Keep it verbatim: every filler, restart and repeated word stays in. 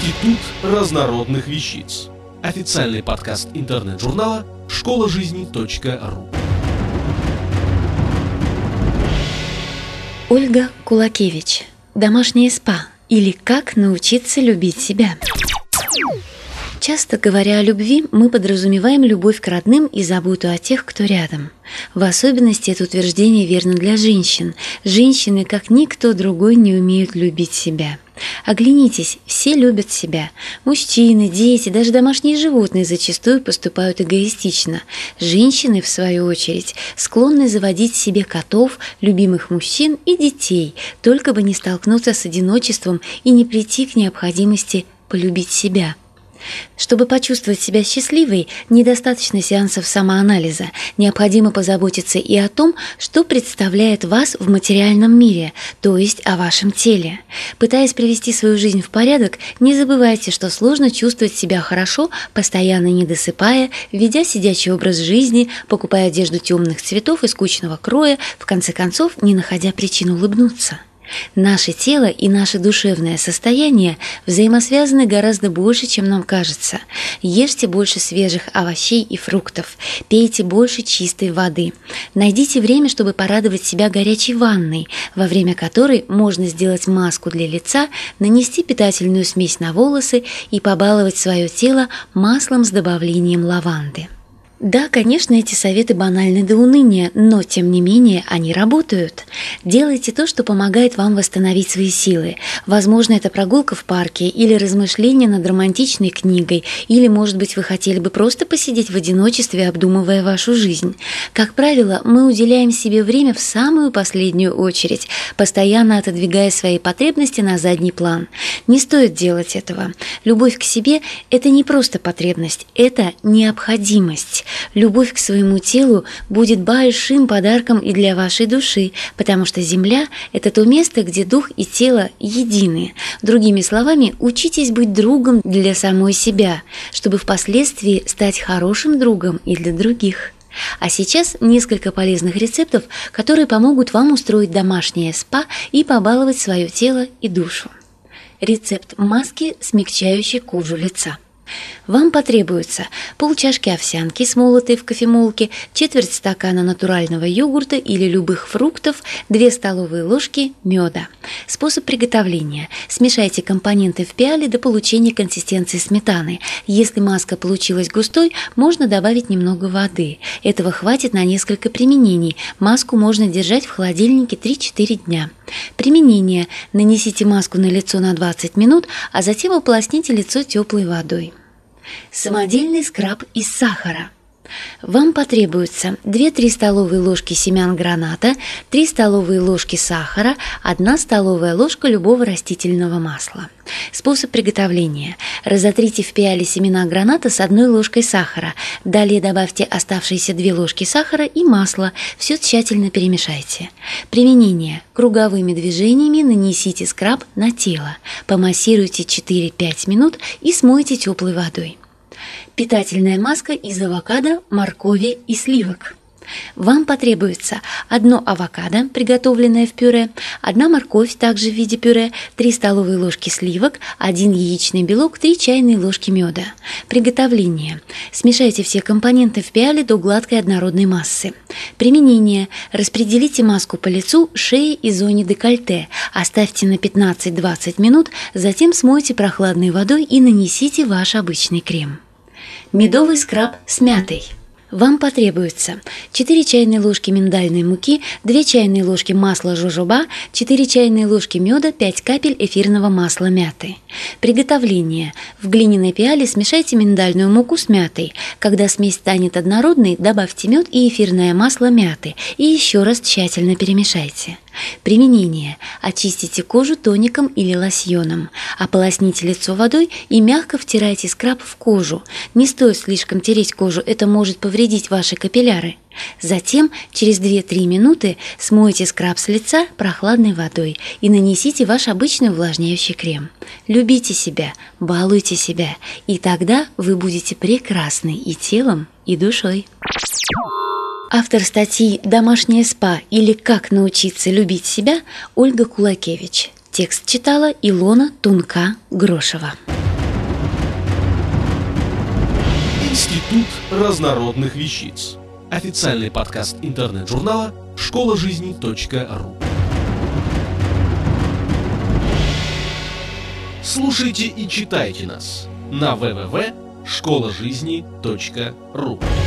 Институт разнородных вещиц. Официальный подкаст интернет-журнала школа жизни точка ру. Ольга Кулакевич. Домашнее спа или как научиться любить себя. Часто говоря о любви, мы подразумеваем любовь к родным и заботу о тех, кто рядом. В особенности это утверждение верно для женщин. Женщины, как никто другой, не умеют любить себя. Оглянитесь, все любят себя. Мужчины, дети, даже домашние животные зачастую поступают эгоистично. Женщины, в свою очередь, склонны заводить себе котов, любимых мужчин и детей, только бы не столкнуться с одиночеством и не прийти к необходимости полюбить себя. Чтобы почувствовать себя счастливой, недостаточно сеансов самоанализа. Необходимо позаботиться и о том, что представляет вас в материальном мире, то есть о вашем теле. Пытаясь привести свою жизнь в порядок, не забывайте, что сложно чувствовать себя хорошо, постоянно не досыпая, ведя сидячий образ жизни, покупая одежду темных цветов и скучного кроя, в конце концов, не находя причин улыбнуться. Наше тело и наше душевное состояние взаимосвязаны гораздо больше, чем нам кажется. Ешьте больше свежих овощей и фруктов, пейте больше чистой воды. Найдите время, чтобы порадовать себя горячей ванной, во время которой можно сделать маску для лица, нанести питательную смесь на волосы и побаловать свое тело маслом с добавлением лаванды. Да, конечно, эти советы банальны до уныния, но, тем не менее, они работают. Делайте то, что помогает вам восстановить свои силы. Возможно, это прогулка в парке или размышления над романтичной книгой, или, может быть, вы хотели бы просто посидеть в одиночестве, обдумывая вашу жизнь. Как правило, мы уделяем себе время в самую последнюю очередь, постоянно отодвигая свои потребности на задний план. Не стоит делать этого. Любовь к себе – это не просто потребность, это необходимость. Любовь к своему телу будет большим подарком и для вашей души, потому что Земля – это то место, где дух и тело едины. Другими словами, учитесь быть другом для самой себя, чтобы впоследствии стать хорошим другом и для других. А сейчас несколько полезных рецептов, которые помогут вам устроить домашнее спа и побаловать свое тело и душу. Рецепт маски, смягчающей кожу лица. Вам потребуется полчашки овсянки, смолотой в кофемолке, четверть стакана натурального йогурта или любых фруктов, две столовые ложки меда. Способ приготовления. Смешайте компоненты в пиале до получения консистенции сметаны. Если маска получилась густой, можно добавить немного воды. Этого хватит на несколько применений. Маску можно держать в холодильнике три-четыре дня. Применение. Нанесите маску на лицо на двадцать минут, а затем ополосните лицо теплой водой. Самодельный скраб из сахара. Вам потребуется две-три столовые ложки семян граната, три столовые ложки сахара, одна столовая ложка любого растительного масла. Способ приготовления. Разотрите в пиале семена граната с одной ложкой сахара. Далее добавьте оставшиеся две ложки сахара и масла. Все тщательно перемешайте. Применение. Круговыми движениями нанесите скраб на тело. Помассируйте четыре-пять минут и смойте теплой водой. Питательная маска из авокадо, моркови и сливок. Вам потребуется одно авокадо, приготовленное в пюре, одна морковь, также в виде пюре, три столовые ложки сливок, один яичный белок, три чайные ложки меда. Приготовление. Смешайте все компоненты в пиале до гладкой однородной массы. Применение. Распределите маску по лицу, шее и зоне декольте. Оставьте на пятнадцать-двадцать минут, затем смойте прохладной водой и нанесите ваш обычный крем. Медовый скраб с мятой. Вам потребуется четыре чайные ложки миндальной муки, две чайные ложки масла жожоба, четыре чайные ложки меда, пять капель эфирного масла мяты. Приготовление. В глиняной пиале смешайте миндальную муку с мятой. Когда смесь станет однородной, добавьте мед и эфирное масло мяты и еще раз тщательно перемешайте. Применение. Очистите кожу тоником или лосьоном. Ополосните лицо водой и мягко втирайте скраб в кожу. Не стоит слишком тереть кожу, это может повредить ваши капилляры. Затем через две-три минуты смойте скраб с лица прохладной водой и нанесите ваш обычный увлажняющий крем. Любите себя, балуйте себя, и тогда вы будете прекрасны и телом, и душой. Автор статьи «Домашнее спа» или «Как научиться любить себя» Ольга Кулакевич. Текст читала Илона Тунка-Грошева. Институт разнородных вещиц. Официальный подкаст интернет-журнала школа жизни точка ру. Слушайте и читайте нас на дабл ю дабл ю дабл ю точка школа жизни точка ру.